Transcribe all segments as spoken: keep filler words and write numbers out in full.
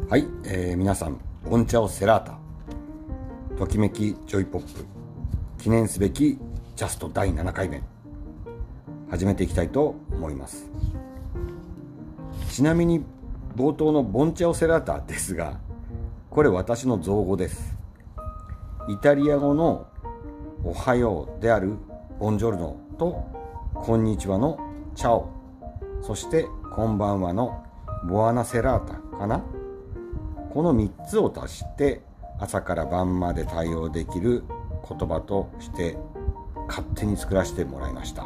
はい、えー、皆さんボンチャオセラータときめきジョイポップ記念すべきジャストだいななかいめ始めていきたいと思います。ちなみに冒頭のボンチャオセラータですが、これ私の造語です。イタリア語のおはようであるボンジョルノとこんにちはのチャオ、そしてこんばんはのボアナセラータかな。このみっつを足して朝から晩まで対応できる言葉として勝手に作らせてもらいました。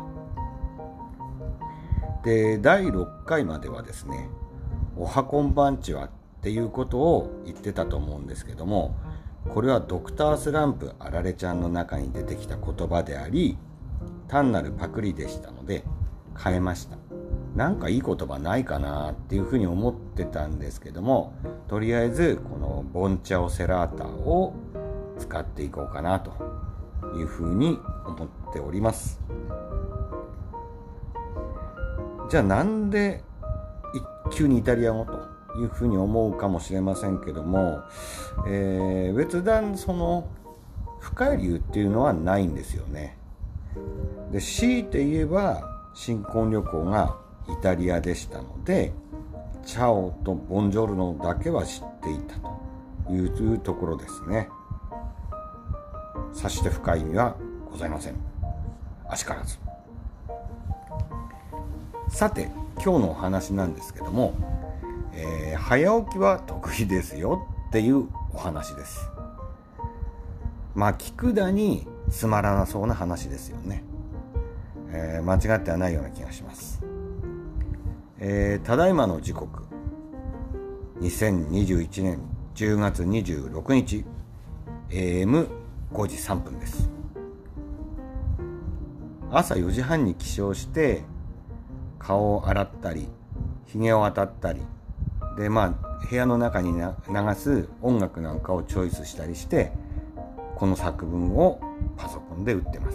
で、だいろっかいまではですね、おはこんばんちはっていうことを言ってたと思うんですけども、これはドクタースランプあられちゃんの中に出てきた言葉であり、単なるパクリでしたので変えました。なんかいい言葉ないかなっていうふうに思ってたんですけども、とりあえずこのボンチャオセラータを使っていこうかなというふうに思っております。じゃあなんで急にイタリア語というふうに思うかもしれませんけども、えー、別段その深い理由っていうのはないんですよね。で、強いて言えば新婚旅行がイタリアでしたので、チャオとボンジョルノだけは知っていたというところですね。さして深い意味はございません。あしからず。さて、今日のお話なんですけども、えー、早起きは得意ですよっていうお話です。まあ聞くだにつまらなそうな話ですよね。えー、間違ってはないような気がします。えー、ただいまの時刻にせんにじゅういちねんじゅうがつにじゅうろくにち エーエムごじさんぷんです。朝よじはんに起床して顔を洗ったりひげを当たったりで、まあ部屋の中に流す音楽なんかをチョイスしたりして、この作文をパソコンで打ってます。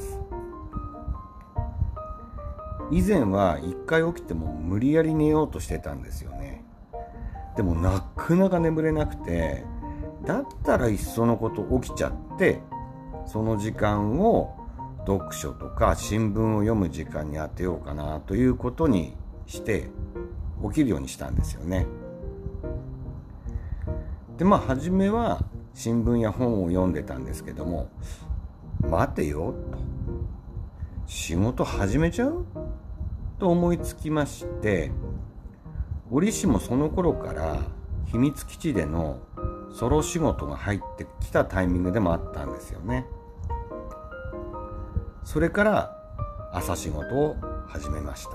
以前は一回起きても無理やり寝ようとしてたんですよね。でもなかなか眠れなくて、だったらいっそのこと起きちゃって、その時間を読書とか新聞を読む時間に当てようかなということにして起きるようにしたんですよね。で、まあ初めは新聞や本を読んでたんですけども、待てよと、仕事始めちゃうと思いつきまして、折しもその頃から秘密基地でのソロ仕事が入ってきたタイミングでもあったんですよね。それから朝仕事を始めました。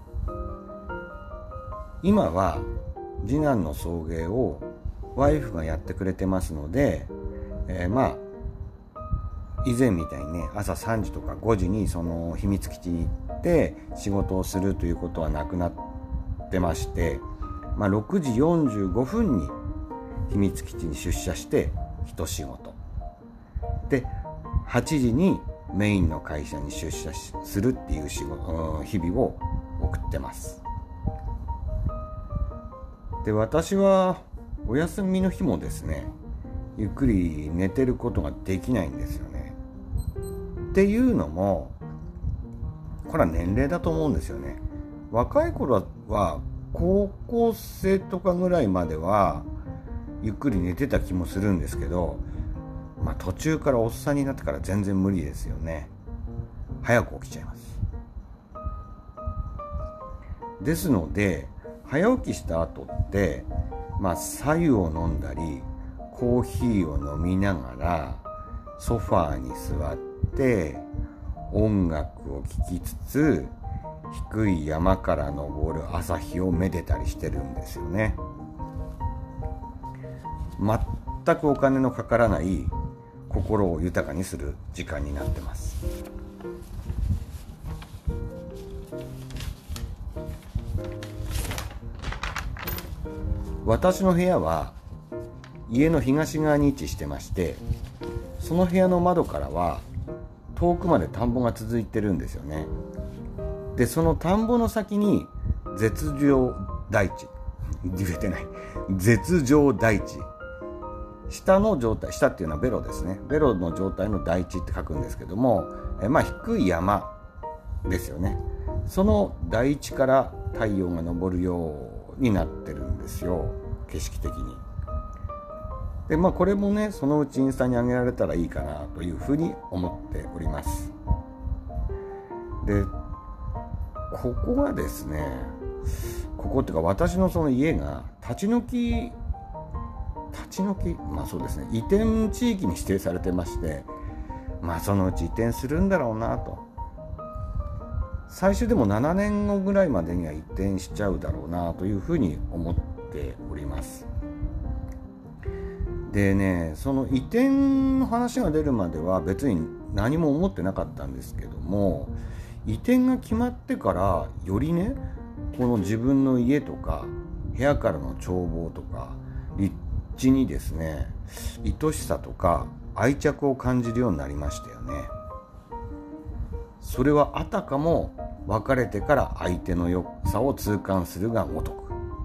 今は次男の送迎をワイフがやってくれてますので、えー、まあ以前みたいにね、朝さんじとかごじにその秘密基地に行って仕事をするということはなくなってまして、まあ、ろくじよんじゅうごふんに秘密基地に出社して一仕事で、はちじにメインの会社に出社するっていう仕事、日々を送ってます。で、私はお休みの日もですね、ゆっくり寝てることができないんですよね。っていうのも、これは年齢だと思うんですよね。若い頃は高校生とかぐらいまではゆっくり寝てた気もするんですけど、まあ途中からおっさんになってから全然無理ですよね。早く起きちゃいます。ですので早起きした後って、まあ白湯を飲んだりコーヒーを飲みながらソファーに座って音楽を聴きつつ、低い山から昇る朝日をめでたりしてるんですよね。全くお金のかからない心を豊かにする時間になってます。私の部屋は家の東側に位置してまして、その部屋の窓からは遠くまで田んぼが続いてるんですよね。で、その田んぼの先に絶望大地、言えてない絶上大地、下の状態、下っていうのはベロですね、ベロの状態の大地って書くんですけども、えまあ低い山ですよね。その大地から太陽が昇るようになってるんですよ、景色的に。でまあこれもね、そのうちインスタに上げられたらいいかなというふうに思っております。でここがですね、ここっていうか私のその家が立ち退き立ち退きまあそうですね移転地域に指定されてまして、まあそのうち移転するんだろうなと、最終でもななねんごぐらいまでには移転しちゃうだろうなというふうに思っております。でね、その移転の話が出るまでは別に何も思ってなかったんですけども、移転が決まってからよりね、この自分の家とか部屋からの眺望とか立地にですね、愛しさとか愛着を感じるようになりましたよね。それはあたかも別れてから相手の良さを痛感するがごとく。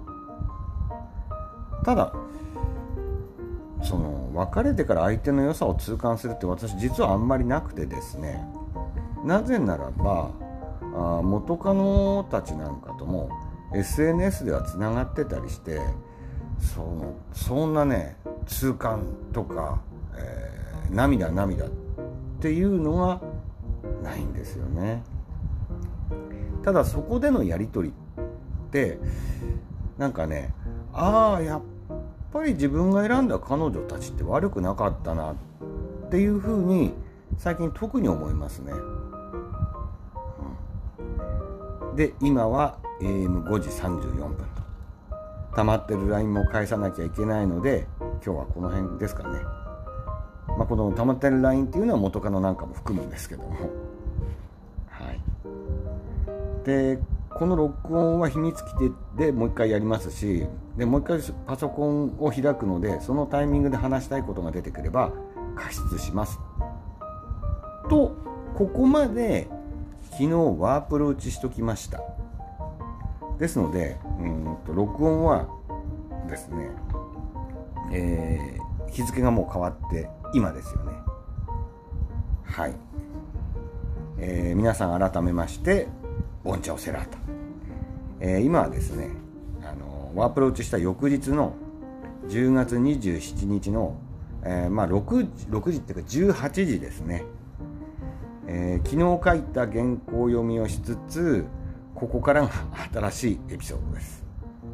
ただその別れてから相手の良さを痛感するって私実はあんまりなくてですね、なぜならばあ元カノたちなんかとも エスエヌエス ではつながってたりして、そのそんなね痛感とか、えー、涙涙っていうのがないんですよね。ただそこでのやり取りってなんかね、ああやっぱり自分が選んだ彼女たちって悪くなかったなっていうふうに最近特に思いますね。うん、で今は エーエムごじさんじゅうよんぷんと溜まってる ライン も返さなきゃいけないので、今日はこの辺ですかね。まあ、この溜まってる ライン っていうのは元カノなんかも含むんですけども、はい。でこの録音は秘密基地でもう一回やりますし、でもう一回パソコンを開くので、そのタイミングで話したいことが出てくれば加筆しますと、ここまで昨日ワープロ打ちしときました。ですのでうんと録音はですね、えー、日付がもう変わって今ですよね。はい、えー、皆さん改めましてボンチャオセラータ、えー、今はですね、あのワープロ打ちした翌日のじゅうがつにじゅうしちにちの、えー、まあ 6, 6時っていうかじゅうはちじですね、えー、昨日書いた原稿読みをしつつ、ここからが新しいエピソードです。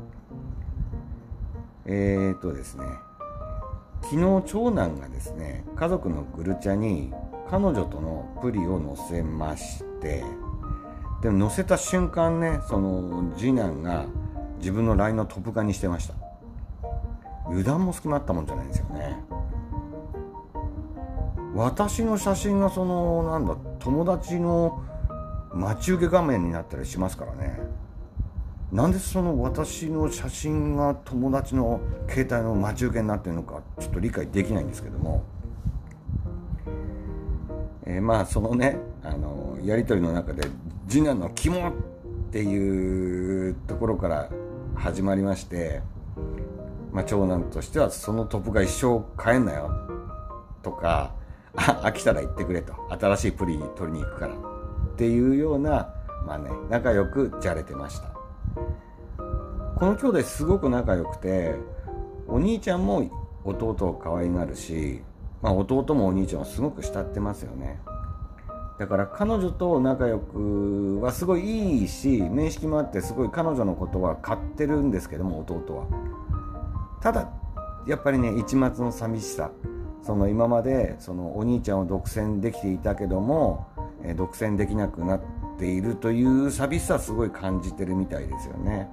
えーっとですね昨日長男がですね、家族のグルチャに彼女とのプリを載せまして、でも載せた瞬間ね、その次男が自分の ライン のトップ化にしてました。油断も隙間あったもんじゃないんですよね。私の写真がそのなんだ友達の待ち受け画面になったりしますからね。なんでその私の写真が友達の携帯の待ち受けになってるのかちょっと理解できないんですけども、えー、まあそのねあのやり取りの中で次男のキモっていうところから始まりまして、まあ、長男としてはそのトップが一生変えんなよとか、あ飽きたら言ってくれと、新しいプリ取りに行くからっていうような、まあね、仲良くじゃれてました。この兄弟すごく仲良くて、お兄ちゃんも弟を可愛がるし、まあ、弟もお兄ちゃんをすごく慕ってますよね。だから彼女と仲良くはすごいいいし、面識もあってすごい彼女のことは買ってるんですけども、弟はただやっぱりね一抹の寂しさ、その今までそのお兄ちゃんを独占できていたけども、えー、独占できなくなっているという寂しさすごい感じてるみたいですよね。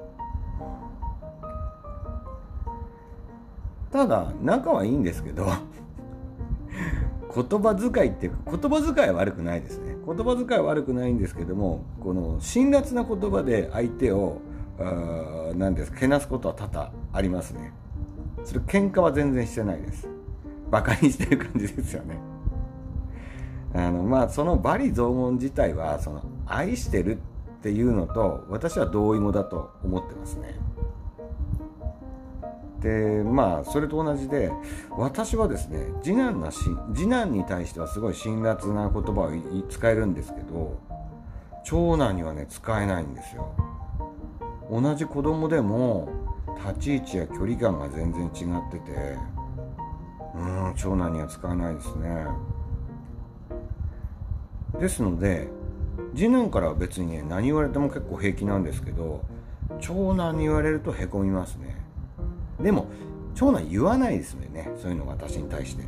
ただ仲はいいんですけど言葉遣いっていうか、言葉遣いは悪くないですね。言葉遣いは悪くないんですけども、この辛辣な言葉で相手を何ですかけなすことは多々ありますね。それ喧嘩は全然してないです。バカにしてる感じですよね。あのまあその罵詈雑言自体はその愛してるっていうのと私は同意語だと思ってますね。 でまあそれと同じで、私はですね次男なし次男に対してはすごい辛辣な言葉を使えるんですけど、長男にはね使えないんですよ。同じ子供でも立ち位置や距離感が全然違ってて、うーん長男には使えないですね。ですので次男からは別にね何言われても結構平気なんですけど、長男に言われるとへこみますね。でも長男言わないですよね、そういうのが私に対して、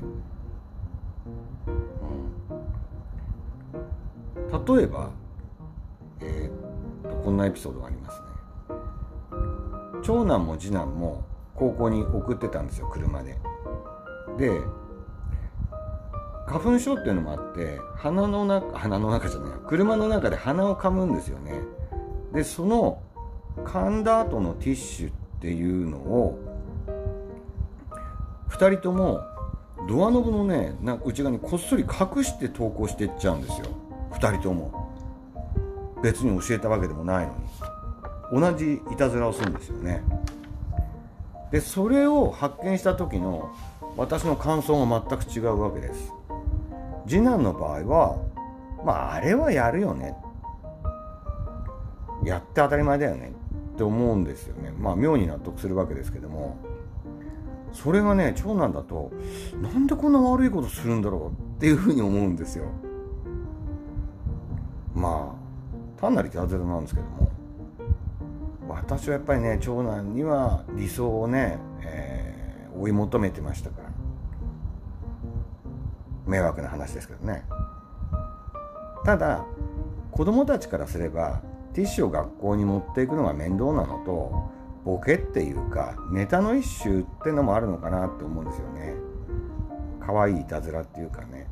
うん、例えば、えー、っとこんなエピソードがありますね。長男も次男も高校に送ってたんですよ、車で。で花粉症っていうのもあって、鼻の中鼻の中じゃない車の中で鼻を噛むんですよね。でその噛んだ後のティッシュっていうのをふたりともドアノブのねなんか内側にこっそり隠して投稿していっちゃうんですよ。ふたりとも別に教えたわけでもないのに同じいたずらをするんですよね。でそれを発見した時の私の感想が全く違うわけです。次男の場合はまああれはやるよね、やって当たり前だよねって思うんですよね。まあ妙に納得するわけですけども、それがね長男だとなんでこんな悪いことするんだろうっていうふうに思うんですよ。まあ単なるいたずらなんですけども、私はやっぱりね長男には理想をね、えー、追い求めてましたから、迷惑な話ですけどね。ただ子供たちからすればティッシュを学校に持っていくのが面倒なのと、ボケっていうかネタの一種ってのもあるのかなって思うんですよね。可愛いいたずらっていうかね。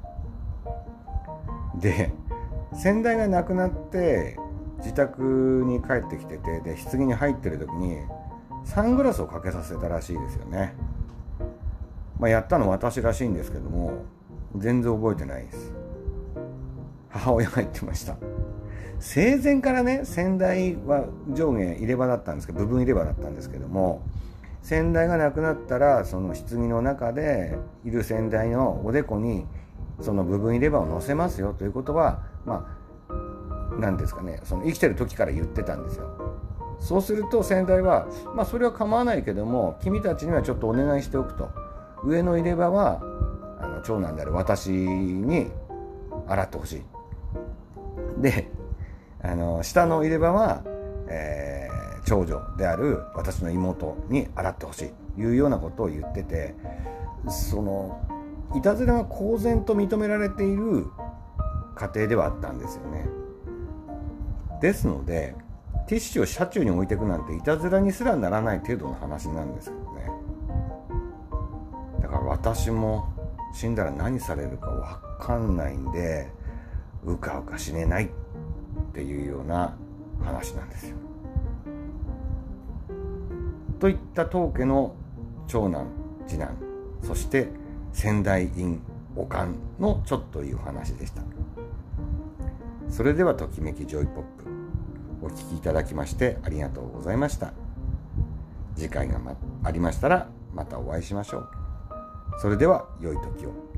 で先代が亡くなって自宅に帰ってきてて、で棺に入ってる時にサングラスをかけさせたらしいですよね。まあやったの私らしいんですけども、全然覚えてないです。母親が言ってました。生前からね先代は上下入れ歯だったんですけど、部分入れ歯だったんですけども、先代が亡くなったらその棺の中でいる先代のおでこにその部分入れ歯を乗せますよということは、まあ何ですかね、その生きてる時から言ってたんですよ。そうすると先代はまあそれは構わないけども、君たちにはちょっとお願いしておくと、上の入れ歯はあの長男である私に洗ってほしい。であの下の入れ歯は、えー、長女である私の妹に洗ってほしいというようなことを言ってて、そのいたずらが公然と認められている家庭ではあったんですよね。ですのでティッシュを車中に置いていくなんていたずらにすらならない程度の話なんですけどね。だから私も死んだら何されるか分かんないんでうかうか死ねないっていうような話なんですよ。といった当家の長男次男、そして先代院おかんのちょっといいお話でした。それではときめきジョイポップお聞きいただきましてありがとうございました。次回が、ま、ありましたらまたお会いしましょう。それでは良い時を。